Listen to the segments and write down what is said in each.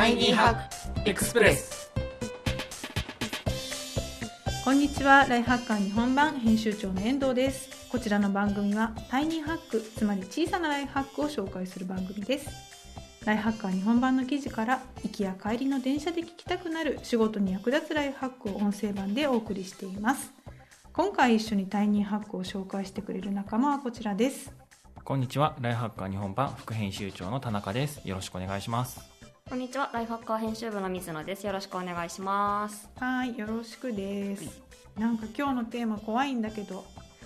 タイニーハックエクスプレス。 こんにちは、ライフハッカー日本版編集長の遠藤です。こちらの番組はタイニーハック、つまり小さなライフハックを紹介する番組です。ライフハッカー日本版の記事から行きや帰りの電車で聞きたくなる仕事に役立つライフハックを音声版でお送りしています。今回一緒にタイニーハックを紹介してくれる仲間はこちらです。 こんにちは、ライフハッカー日本版副編集長の田中です。よろしくお願いします。 こんにちは、ライフハッカー編集部の水野です。よろしくお願いします。 はい、よろしくです。なんか今日のテーマ怖いんだけど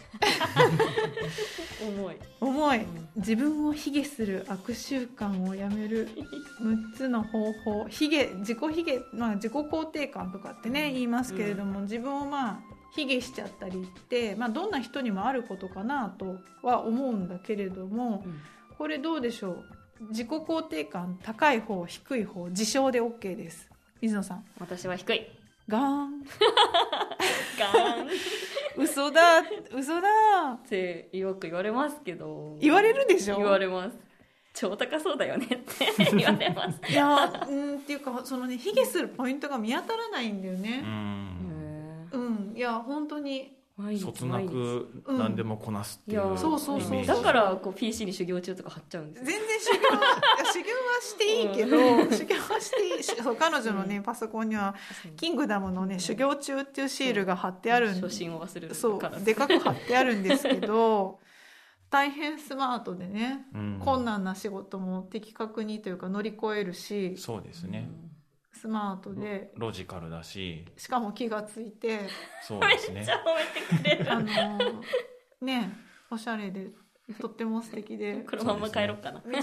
重い、自分を卑下する悪習慣をやめる6つの方法。自己卑下、自己肯定感とかってね言いますけれども、自分を卑下しちゃったりって、どんな人にもあることかなとは思うんだけれども、これどうでしょう。自己肯定感高い方低い方自称で OK です。水野さん。 私は低い。 ガーンガーン嘘だってよく言われますけど。 言われるでしょ。 言われます。超高そうだよねって言われますいやっていうかそのね、卑下するポイントが見当たらないんだよね。いや本当にそつなく何でもこなすっていうイメージ。 だからPC に修行中とか貼っちゃうんですよ。 全然修行はしていいけど修行はしていい。そう彼女のね、パソコンにはキングダムのね修行中っていうシールが貼ってあるんで、 初心を忘れるから、 でかく貼ってあるんですけど大変スマートでね、困難な仕事も的確にというか乗り越えるし、 そうですね、 スマートでロジカルだし、 しかも気がついて、 そうですね、 めっちゃ褒めてくれるね、おしゃれでとっても素敵で、 このまま帰ろうかな。 道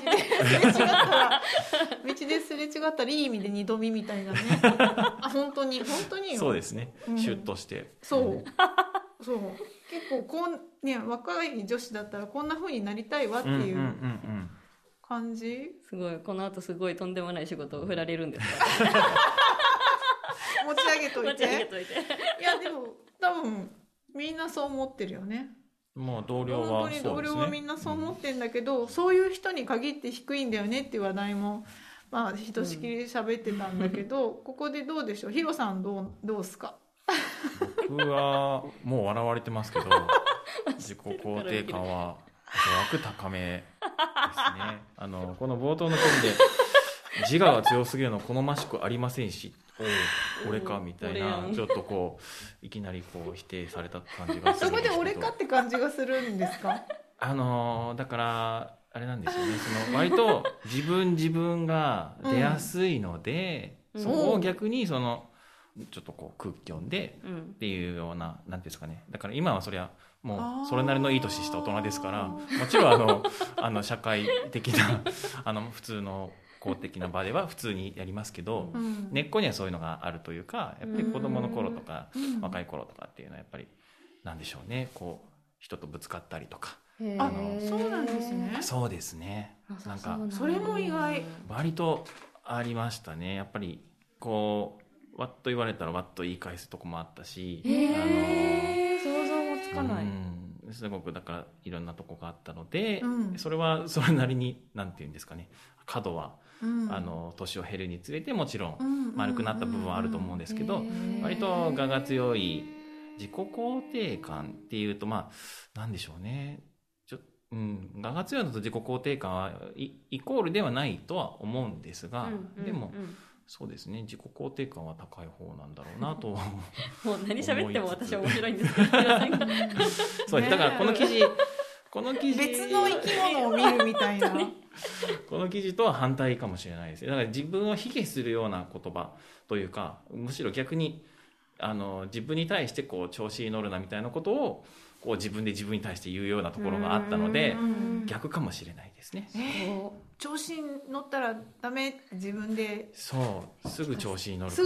ですれ違ったらいい意味で二度見みたいなね本当によ。 そうですね、シュッとしてそう結構若い女子だったらこんな風になりたいわっていう感じ。 すごい、この後すごいとんでもない仕事を振られるんですか持ち上げといていやでも多分みんなそう思ってるよね。 もう同僚はそうですね、 同僚はみんなそう思ってるんだけど、そういう人に限って低いんだよねっていう話題もひとしきり喋ってたんだけど、ここでどうでしょう。ヒロさんどうすか。 僕はもう笑われてますけど自己肯定感はおそらく高めですね。この冒頭の件で自我が強すぎるの好ましくありませんし、俺かみたいな、ちょっといきなり否定された感じがするんですけど、 そこで俺かって感じがするんですか。 だからあれなんですよね、割と自分が出やすいので、そこを逆にちょっと空気読んでっていうような、なんていうんですかね。だから今はそりゃもうそれなりのいい年した大人ですから、もちろん社会的な普通の公的な場では普通にやりますけど、根っこにはそういうのがあるというか、やっぱり子供の頃とか若い頃とかっていうのはやっぱりなんでしょうね、人とぶつかったりとか。 そうなんですね。 そうですね。なんかそれも意外。 割とありましたね。やっぱりわっと言われたらわっと言い返すとこもあったし、 想像もつかない。 すごくだからいろんなとこがあったので、それはそれなりになんていうんですかね、角は年を経るにつれてもちろん丸くなった部分はあると思うんですけど、割と我が強い自己肯定感っていうとなんでしょうね、我が強いのと自己肯定感はイコールではないとは思うんですが、でもそうですね、自己肯定感は高い方なんだろうなともう何喋っても私は面白いんですけどそうです。だからこの記事別の生き物を見るみたいなこの記事とは反対かもしれないですね。だから自分を卑下するような言葉というか、むしろ逆に自分に対して調子に乗るなみたいなことを自分で自分に対して言うようなところがあったので、逆かもしれないですね。 調子に乗ったらダメって自分で。 そうすぐ調子に乗るから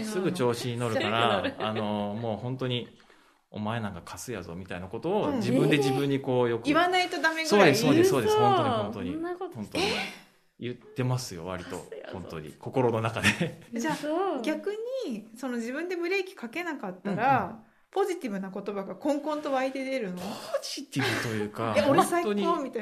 もう本当にお前なんかカスやぞみたいなことを自分で自分によく言わないとダメぐらい。 そうです本当に言ってますよ、割と本当に心の中でじゃあ逆に自分でブレーキかけなかったら、ポジティブな言葉がコンコンと湧いて出るの。 ポジティブというか俺最高みたいな。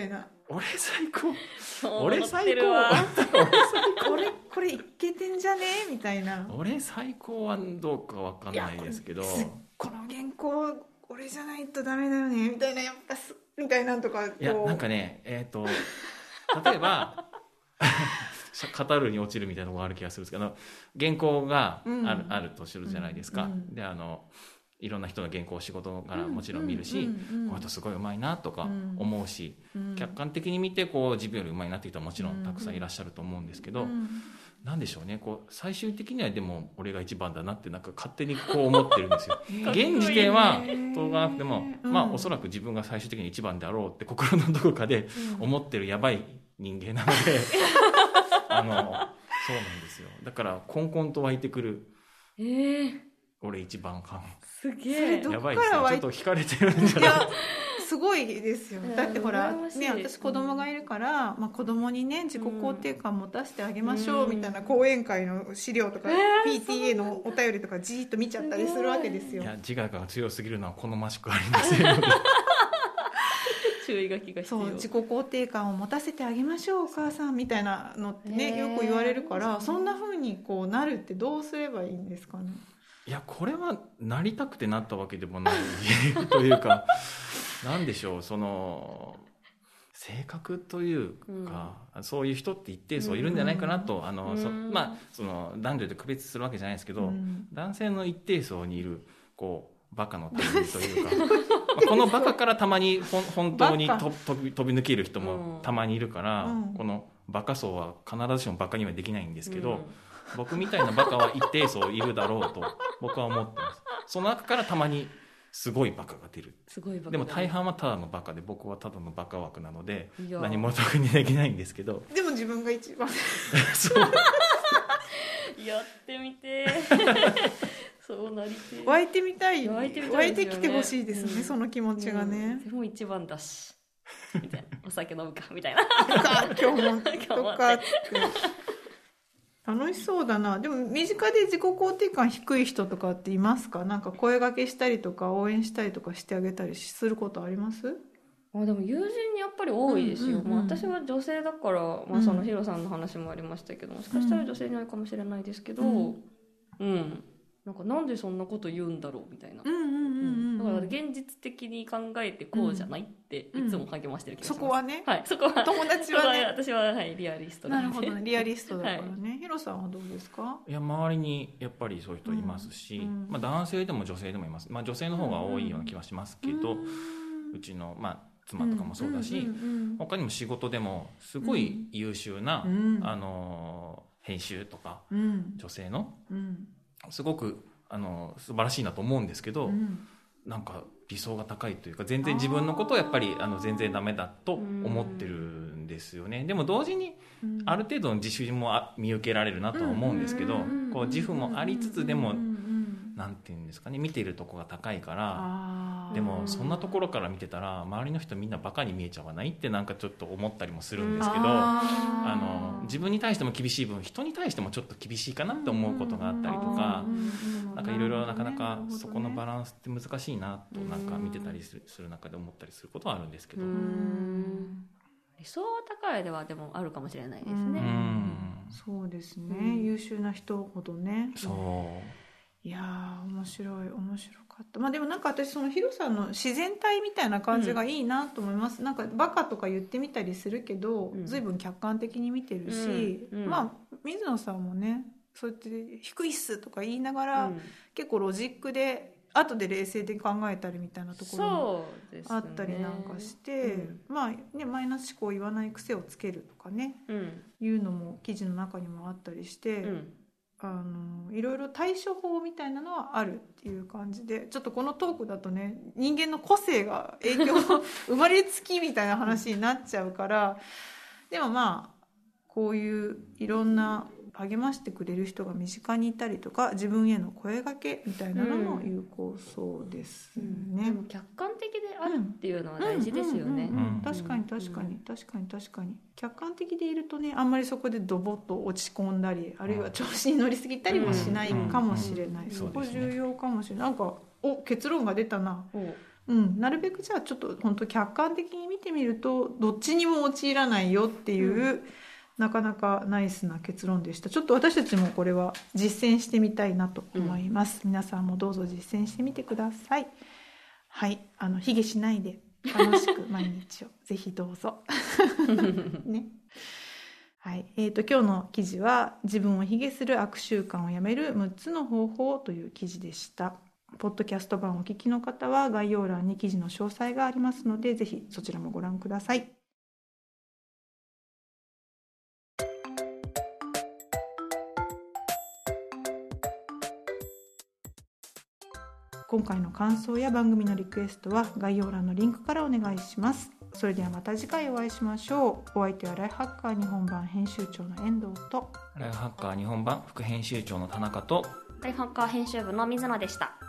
俺最高俺最高これいけてんじゃねみたいな。 俺最高はどうかわかんないですけど、 この原稿俺じゃないとダメだよねみたいな、やっぱみたいなんとか。 いやなんかね例えばカタルに落ちるみたいなのがある気がするんですけど、原稿があるとするじゃないですか、でいろんな人の原稿を仕事からもちろん見るし、この人すごいうまいなとか思うし、客観的に見てこう自分よりうまいなっていう人はもちろんたくさんいらっしゃると思うんですけど、なんでしょうね、こう最終的にはでも俺が一番だなってなんか勝手にこう思ってるんですよ現時点はどうがなくても、おそらく自分が最終的に一番であろうって心のどこかで思ってるやばい人間なのでそうなんですよ。だからコンコンと湧いてくる、俺一番感すげえどやばいこから湧いですね。ちょっと惹かれてるんじゃないか。 すごいですよ。だってほら、 羨ましいね、私子供がいるから、子供にね自己肯定感持たせてあげましょうみたいな講演会の資料とか、PTA のお便りとかじーっと見ちゃったりするわけですよ。 いや自我が強すぎるのは好ましくありませんので注意書きが必要。 そう、自己肯定感を持たせてあげましょうお母さんみたいなのってね、よく言われるから、そんな風にこうなるってどうすればいいんですかね。 いやこれはなりたくてなったわけでもないというかなんでしょう、その性格というか、そういう人って一定数いるんじゃないかなと、その男女で区別するわけじゃないですけど、男性の一定層にいるこうバカの類というかこのバカからたまに本当に飛び抜ける人もたまにいるから、このバカ層は必ずしもバカにはできないんですけど、僕みたいなバカは一定層いるだろうと僕は思ってます。その中からたまにすごいバカが出る。 すごいバカだね。 でも大半はただのバカで、僕はただのバカ枠なので何も特にできないんですけど、 でも自分が一番そうやってみてそうなりて湧いてみたい、 湧いてみた湧いいですよねてきてほしいですね、その気持ちがね。 でも一番だしみたいなお酒飲むかみたいな今日もとかって楽しそうだな。でも身近で自己肯定感低い人とかっていますか？なんか声掛けしたりとか応援したりとかしてあげたりすることあります？ でも友人にやっぱり多いですよ、私は女性だから、そのヒロさんの話もありましたけど、もしかしたら女性になるかもしれないですけど、なんでそんなこと言うんだろうみたいな、だから現実的に考えてこうじゃないっていつも励ましてる気がします、 そこはね、 はい、そこは友達はね私は、リアリストなるほどね、リアリストだからね、 はい、 ヒロさんはどうですか？ いや周りにやっぱりそういう人いますし、男性でも女性でもいます、女性の方が多いような気はしますけど、うちの妻とかもそうだし、他にも仕事でもすごい優秀な、編集とか、女性の、すごく素晴らしいなと思うんですけど、なんか理想が高いというか、全然自分のことをやっぱり全然ダメだと思ってるんですよね。でも同時にある程度の自主も見受けられるなとは思うんですけど、こう自負もありつつでもなんていうんですかね、見ているとこが高いから、でもそんなところから見てたら周りの人みんなバカに見えちゃわないってなんかちょっと思ったりもするんですけど、自分に対しても厳しい分人に対してもちょっと厳しいかなって思うことがあったりとか、なんかいろいろなかなかそこのバランスって難しいなとなんか見てたりする中で思ったりすることはあるんですけど、 理想は高いではでもあるかもしれないですね。 そうですね、優秀な人ほどね。 そういやー面白かった。でもなんか私そのヒロさんの自然体みたいな感じがいいなと思います、なんかバカとか言ってみたりするけど、随分客観的に見てるし、水野さんもねそうやって低いっすとか言いながら、結構ロジックで後で冷静で考えたりみたいなところもあったりなんかして、マイナス思考を言わない癖をつけるとかね、いうのも記事の中にもあったりして、いろいろ対処法みたいなのはあるっていう感じで、ちょっとこのトークだとね人間の個性が影響生まれつきみたいな話になっちゃうから、でもこういういろんな励ましてくれる人が身近にいたりとか、自分への声掛けみたいなのも有効そうですね、 でも客観的であるっていうのは大事ですよね。 確かに客観的でいるとね、あんまりそこでドボッと落ち込んだり、あるいは調子に乗りすぎたりもしないかもしれない、そこ重要かもしれない。なんか結論が出たな。 なるべくじゃあちょっと本当客観的に見てみるとどっちにも陥らないよっていう、なかなかナイスな結論でした。ちょっと私たちもこれは実践してみたいなと思います、皆さんもどうぞ実践してみてください。はい、卑下しないで楽しく毎日をぜひどうぞね。はい、今日の記事は自分を卑下する悪習慣をやめる6つの方法という記事でした。ポッドキャスト版をお聞きの方は概要欄に記事の詳細がありますので、ぜひそちらもご覧ください。今回の感想や番組のリクエストは概要欄のリンクからお願いします。それではまた次回お会いしましょう。お相手はライフハッカー日本版編集長の遠藤と、 ライフハッカー日本版副編集長の田中と、 ライフハッカー編集部の水野でした。